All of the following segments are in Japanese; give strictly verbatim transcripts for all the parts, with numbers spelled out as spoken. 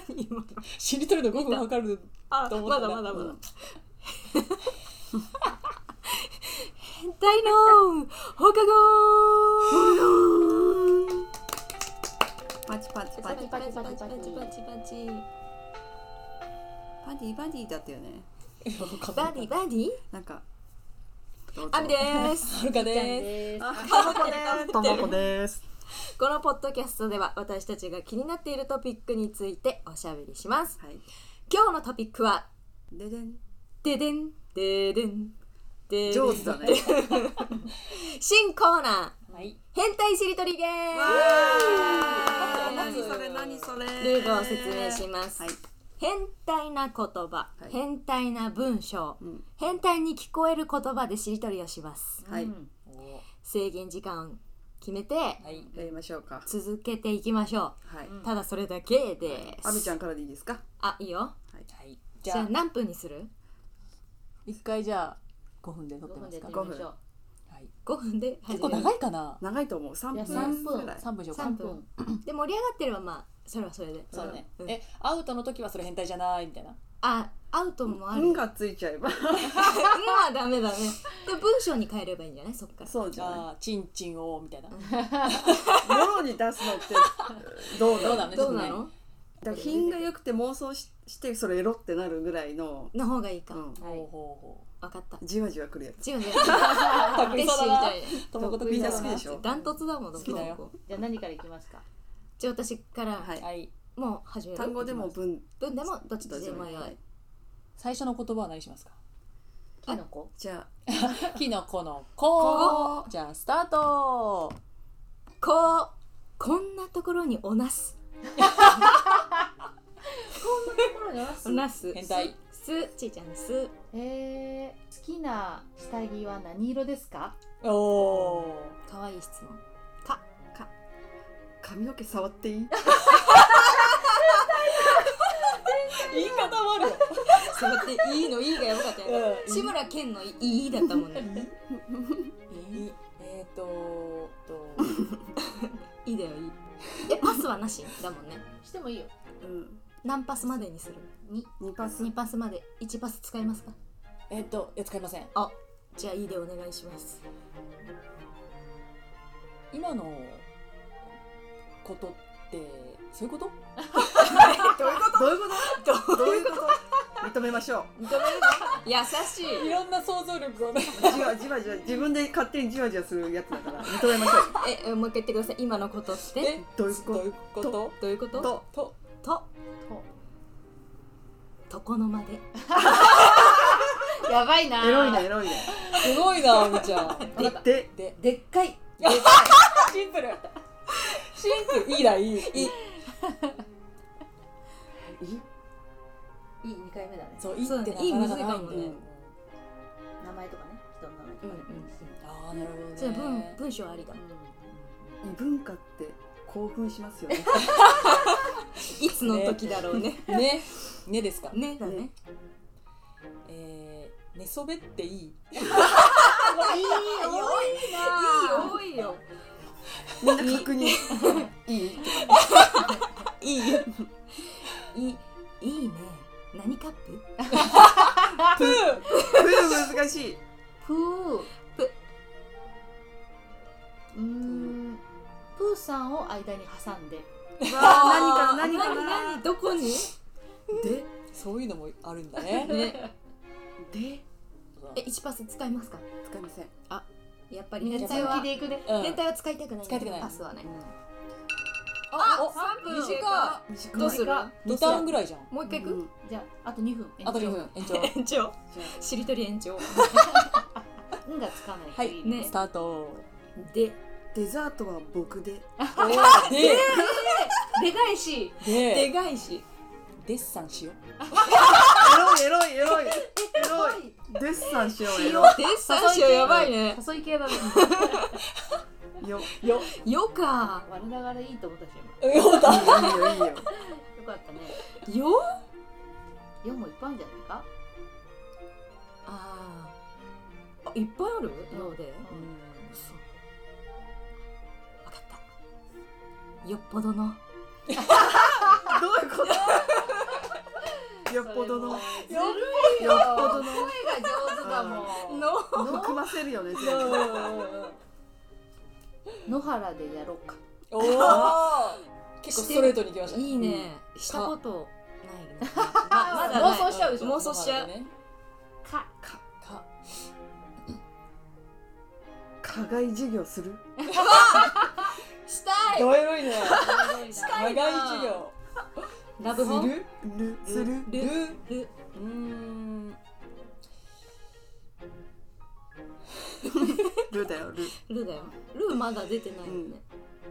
今しりとりのごふん測ると思ったらまだまだまだ、 うん変態の放課後パチパチパチパチパチパチパチパチパチパディバディだったよね。 バディバディなんかアミですはるかであ、ともこですともこですこのポッドキャストでは私たちが気になっているトピックについておしゃべりします、 はい、 今日のトピックはででんででんででんででん上手だね新コーナー、 はい、 変態しりとりゲーム。 何それ何それルールを説明します、 はい、 変態な言葉、はい、変態な文章、うん、変態に聞こえる言葉でしりとりをします、 はい、うん、 制限時間決めて、 はい、やりましょうか。 続けていきましょう、はい、ただそれだけです。 あみちゃんからでいいですか？ あ、いいよ、はい、じゃあ何分にする？ 一回じゃあごふんで撮ってますか？ ごふん、はい、ごふんで結構長いかな？ 長いと思う。さんぷんさんぷんさんぷん以上さんぷんで盛り上がってればまあそれはそれでそうね、うん、えアウトの時はそれ変態じゃないみたいな。 あ、アウトもある。 運がついちゃえば運はダメだね。で文章に変えればいいんじゃない？そっからそうじゃない。 あ、チンチンをみたいなもろに出すのってどうなの？ どうなの？ だから品が良くて妄想 し, してそれエロってなるぐらいのの方がいいか、うん、 ほうほうほう、 分かった。 じわじわくるやつ。 じわじわ得意そうだな。 みんな好きでしょ？ ダントツだもん。 好きだよ。 じゃあ何からいきますか？ じゃあ私から、 はい、 もう始める。 単語でも文文でもどっちでもいい。 最初の言葉は何しますか？ キノコ。 じゃあキノコのこ。じゃあスタート。 こう、こんなところにおなす。 こんなところにおなす。 おなす。 変態。 す、ちいちゃんす。 えー、好きな下着は何色ですか？ おお。 可愛い質問。か、か。 髪の毛触っていい？ 言い方もあるよ。 触っていいのいいがやばかったよ、うん、志村けんのいいだったもんね。 いいえーとといいだよいい。え、パスはなしだもんね。 してもいいよ、 うん、何パスまでにする？ に, にパスにパスまで。いちパス使いますか？ えーといや使いません。 あ、じゃあいいでお願いします。 今のことってそういうこと？ どういうこと？ どういうこと？どういうこと？認めましょう。 認めるの？優しい。 いろんな想像力をね。 じわじわじわ自分で勝手にじわじわするやつだから認めましょう。 え、もう一回言ってください。今のことって？ え、 どういうこと？ どういうこと？ ととと床の間で。 やばいな。 エロいなエロいな。 すごいな、おみちゃん。 ででででっかい。 でかい。シンプル。シンプル。いいだいい。いい。 いいにかいめだね。 そう、いいってなかなかないんだよ。 いい難しいかもね。 名前とかね、人の名前とかね。 ああ、なるほどね。 それ文文章ありだ。 異文化って興奮しますよね。 いつの時だろうね。 ね、ねですか。 ねだね。 えー、寝そべっていい？いい多いな。いい多いよ。 みんな確認。いい？ いいよ。いいいいね。何カップ？ プープー難しい。 プープうーんプーさんを間に挟んで。 わあ、何か何か何何どこに？ でそういうのもあるんだね。 ね。 でえ、いちパス使いますか？ 使いません。 あ、やっぱり変態態はでいくね。 変態は使いたくない。 使いたくない。 パスはね。 あ、 さんぷん短い。 どうする？ にターンぐらいじゃん。 もう一回いく？ じゃああとにふん。 あとにふん延長。 延長。しりとり延長。 うんがつかない。 はい、ね、スタート。 で、デザートは僕で。 で、 でかいし。 でかいし。 デッサンしよう。 エロいエロいエロいエロい。デッサンしようエロい。 デッサンしようやばいね。 誘い系だね。 よよよか。 我ながらいいと思ったし。 よだ。 いいよいいよ。 よかったね。 よ？ よもいっぱいあるんじゃないか？ ああ。いっぱいある？ようで。そう。わかった。よっぽどの。 どういうこと？ よっぽどのよっずるいよ。 ぽどの声が上手だもん。 の含ませるよね全部。 野原でやろうか。 おお結構ストレートにきましたね。 いいね、したことないね。まあまだない妄想しちゃうでしょ。 妄想しちゃう。 ね。 かか課外授業する？ したい。 どエロいね。 したいな。 課外授業ラブホするるするるルルうーんるだよる。 ルだよ。ルまだ出てないよね。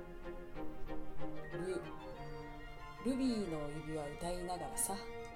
ルルビーの指輪歌いながらさ。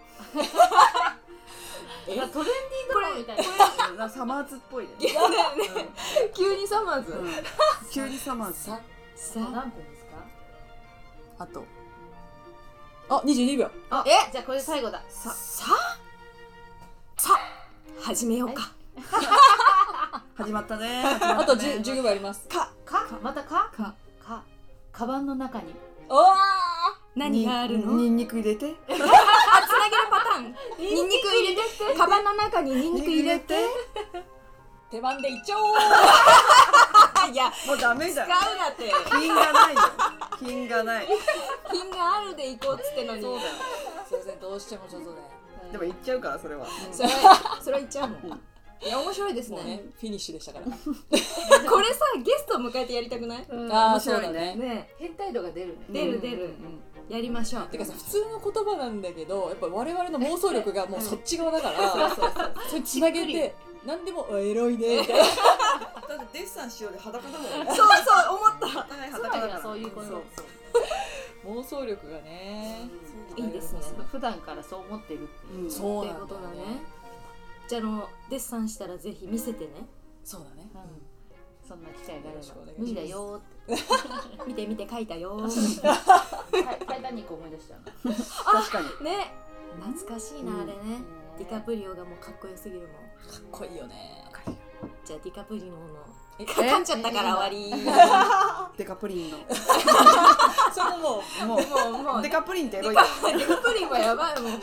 えトレンディードラマみたいな。 なサマーズっぽいね。 急にサマーズ。 うん急にサマーズ。 ささ何分ですか？ あとあにじゅうにびょう。 あ、 えじゃあこれ最後だ。 さささ始めようか。 始まったね。 あとじゅうじゅうびょうあります。 かか、またか？ かか、カバンの中に。 おー何があるの？ にんにく入れて。 あ、つなげるパターン。ニンニク入れて。カバンの中にニンニク入れて。 手番でいっちゃおう。 いや、 もうダメじゃん。 使うなって。 品がないよ。品がない。 品があるで行こうっつってのに。 そうだよ。 すいませんどうしてもちょっとね。 でも言っちゃうからそれは。 それはそれは言っちゃうもん。いや面白いですね。 もうねフィニッシュでしたから。 これさゲストを迎えてやりたくない？ ああ面白いねそうだね。 ね、 変態度が出るね。 出る出る。やりましょう。 てかさ普通の言葉なんだけどやっぱ我々の妄想力がもうそっち側だからそれつなげて何でもあエロいねみたいな。 だってデッサンしようで裸だもんね。 そうそう思った。 はいそう裸だから。 そういうこと。 そう妄想力がね。 いいですね。 普段からそう思ってるっていう。 うんそうってことだなんだよねね。じゃああのデッサンしたらぜひ見せてね。 そうだね。 うん、そんな機会があればよろしくお願いします無理だよーって。 見て見て書いたよ。 タイタイタニック思い出しちゃう。 確かに。 ね、懐かしいな、 うんあれね。ディカプリオがもうかっこよすぎるもん。 かっこいいよね。 じゃあディカプリオのえかかんちゃったから終わり。 デカプリンの。 それももうももうもううデカプリンってエロい。 デカプリンはやばいもん。もう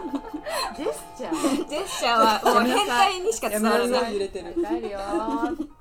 ジェスチャー。 ジェスチャーはもう変態にしか伝わらない。 揺れてる。 帰るよー。